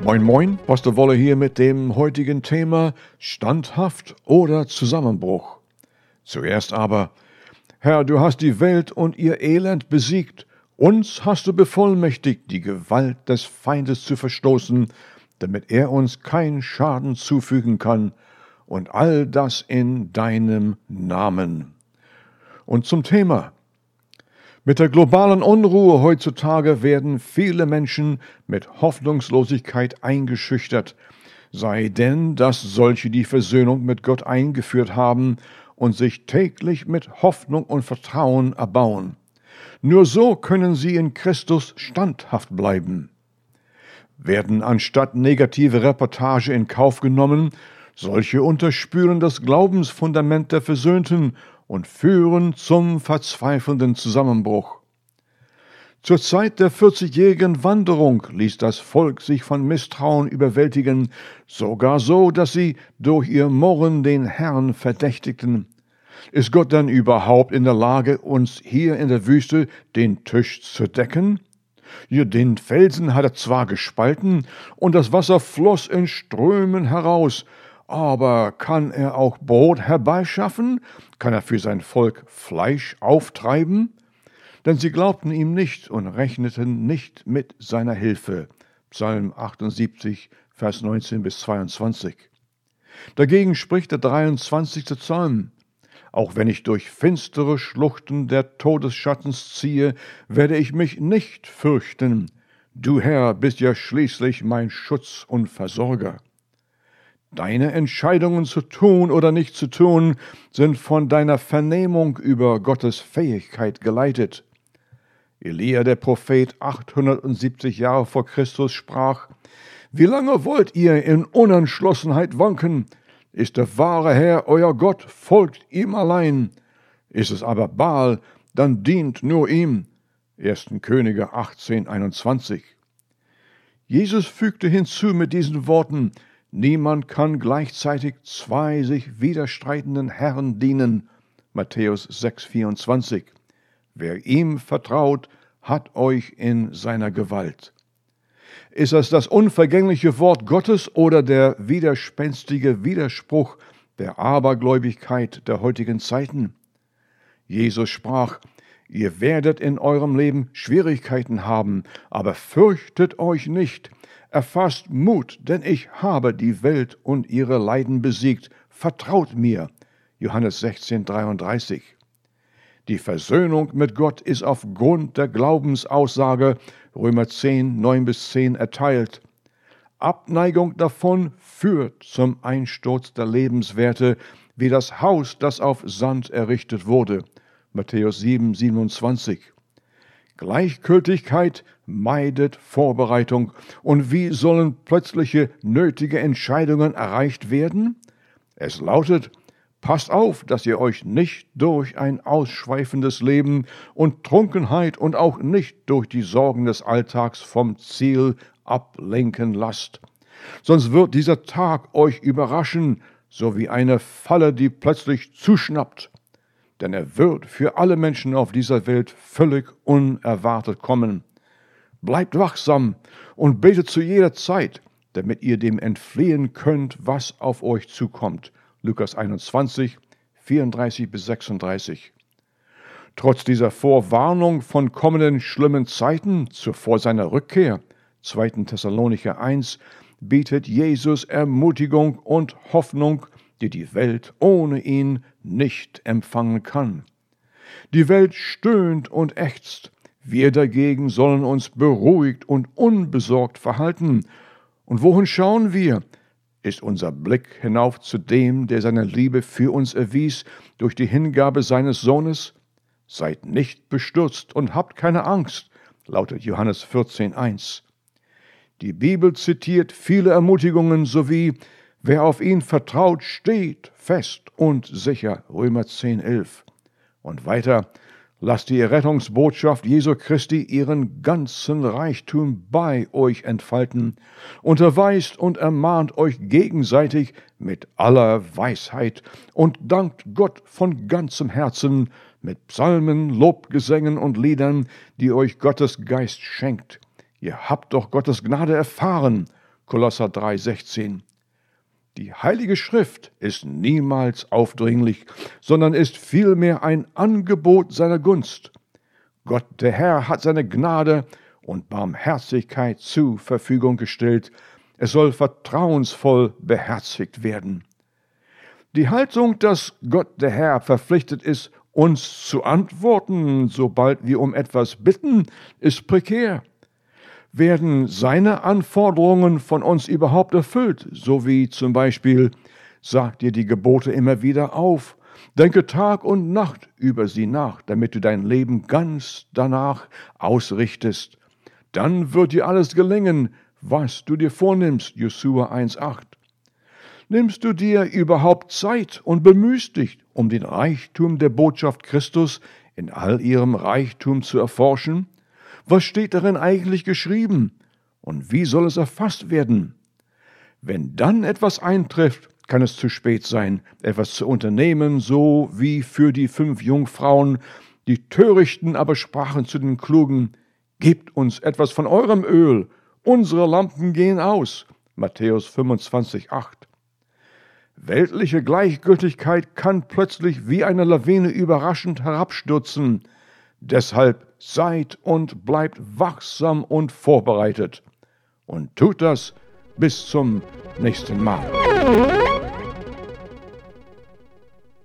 Moin Moin, Pastor Wolle hier mit dem heutigen Thema Standhaft oder Zusammenbruch. Zuerst aber: Herr, du hast die Welt und ihr Elend besiegt. Uns hast du bevollmächtigt, die Gewalt des Feindes zu verstoßen, damit er uns keinen Schaden zufügen kann. Und all das in deinem Namen. Und zum Thema: Mit der globalen Unruhe heutzutage werden viele Menschen mit Hoffnungslosigkeit eingeschüchtert, sei denn, dass solche die Versöhnung mit Gott eingeführt haben und sich täglich mit Hoffnung und Vertrauen erbauen. Nur so können sie in Christus standhaft bleiben. Werden anstatt negative Reportage in Kauf genommen, solche unterspüren das Glaubensfundament der Versöhnten und führen zum verzweifelnden Zusammenbruch. Zur Zeit der 40-jährigen Wanderung ließ das Volk sich von Misstrauen überwältigen, sogar so, dass sie durch ihr Murren den Herrn verdächtigten. Ist Gott dann überhaupt in der Lage, uns hier in der Wüste den Tisch zu decken? Ja, den Felsen hat er zwar gespalten und das Wasser floss in Strömen heraus, aber kann er auch Brot herbeischaffen? Kann er für sein Volk Fleisch auftreiben? Denn sie glaubten ihm nicht und rechneten nicht mit seiner Hilfe. Psalm 78, Vers 19 bis 22. Dagegen spricht der 23. Psalm: Auch wenn ich durch finstere Schluchten der Todesschattens ziehe, werde ich mich nicht fürchten. Du, Herr, bist ja schließlich mein Schutz und Versorger. Deine Entscheidungen zu tun oder nicht zu tun, sind von deiner Vernehmung über Gottes Fähigkeit geleitet. Elia, der Prophet, 870 Jahre vor Christus, sprach: Wie lange wollt ihr in Unentschlossenheit wanken? Ist der wahre Herr euer Gott, folgt ihm allein. Ist es aber Baal, dann dient nur ihm. 1. Könige 18, 21. Jesus fügte hinzu mit diesen Worten: Niemand kann gleichzeitig zwei sich widerstreitenden Herren dienen. Matthäus 6, 24. Wer ihm vertraut, hat euch in seiner Gewalt. Ist es das unvergängliche Wort Gottes oder der widerspenstige Widerspruch der Abergläubigkeit der heutigen Zeiten? Jesus sprach: Ihr werdet in eurem Leben Schwierigkeiten haben, aber fürchtet euch nicht. Erfasst Mut, denn ich habe die Welt und ihre Leiden besiegt. Vertraut mir. Johannes 16, 33. Die Versöhnung mit Gott ist aufgrund der Glaubensaussage Römer 10, 9 bis 10 erteilt. Abneigung davon führt zum Einsturz der Lebenswerte, wie das Haus, das auf Sand errichtet wurde. Matthäus 7, 27. Gleichgültigkeit meidet Vorbereitung. Und wie sollen plötzliche nötige Entscheidungen erreicht werden? Es lautet: Passt auf, dass ihr euch nicht durch ein ausschweifendes Leben und Trunkenheit und auch nicht durch die Sorgen des Alltags vom Ziel ablenken lasst. Sonst wird dieser Tag euch überraschen, so wie eine Falle, die plötzlich zuschnappt. Denn er wird für alle Menschen auf dieser Welt völlig unerwartet kommen. Bleibt wachsam und betet zu jeder Zeit, damit ihr dem entfliehen könnt, was auf euch zukommt. Lukas 21, 34 bis 36. Trotz dieser Vorwarnung von kommenden schlimmen Zeiten vor seiner Rückkehr, 2. Thessalonicher 1, bietet Jesus Ermutigung und Hoffnung, die die Welt ohne ihn nicht empfangen kann. Die Welt stöhnt und ächzt. Wir dagegen sollen uns beruhigt und unbesorgt verhalten. Und wohin schauen wir? Ist unser Blick hinauf zu dem, der seine Liebe für uns erwies durch die Hingabe seines Sohnes? Seid nicht bestürzt und habt keine Angst, lautet Johannes 14, 1. Die Bibel zitiert viele Ermutigungen sowie: Wer auf ihn vertraut, steht fest und sicher, Römer 10, 11. Und weiter: Lasst die Rettungsbotschaft Jesu Christi ihren ganzen Reichtum bei euch entfalten. Unterweist und ermahnt euch gegenseitig mit aller Weisheit und dankt Gott von ganzem Herzen mit Psalmen, Lobgesängen und Liedern, die euch Gottes Geist schenkt. Ihr habt doch Gottes Gnade erfahren. Kolosser 3,16. Die Heilige Schrift ist niemals aufdringlich, sondern ist vielmehr ein Angebot seiner Gunst. Gott, der Herr, hat seine Gnade und Barmherzigkeit zur Verfügung gestellt. Es soll vertrauensvoll beherzigt werden. Die Haltung, dass Gott, der Herr, verpflichtet ist, uns zu antworten, sobald wir um etwas bitten, ist prekär. Werden seine Anforderungen von uns überhaupt erfüllt, so wie zum Beispiel, sag dir die Gebote immer wieder auf, denke Tag und Nacht über sie nach, damit du dein Leben ganz danach ausrichtest. Dann wird dir alles gelingen, was du dir vornimmst, Josua 1,8. Nimmst du dir überhaupt Zeit und bemühst dich, um den Reichtum der Botschaft Christus in all ihrem Reichtum zu erforschen? Was steht darin eigentlich geschrieben? Und wie soll es erfasst werden? Wenn dann etwas eintrifft, kann es zu spät sein, etwas zu unternehmen, so wie für die 5 Jungfrauen. Die Törichten aber sprachen zu den Klugen: Gebt uns etwas von eurem Öl, unsere Lampen gehen aus. Matthäus 25,8. Weltliche Gleichgültigkeit kann plötzlich wie eine Lawine überraschend herabstürzen. Deshalb seid und bleibt wachsam und vorbereitet. Und tut das bis zum nächsten Mal.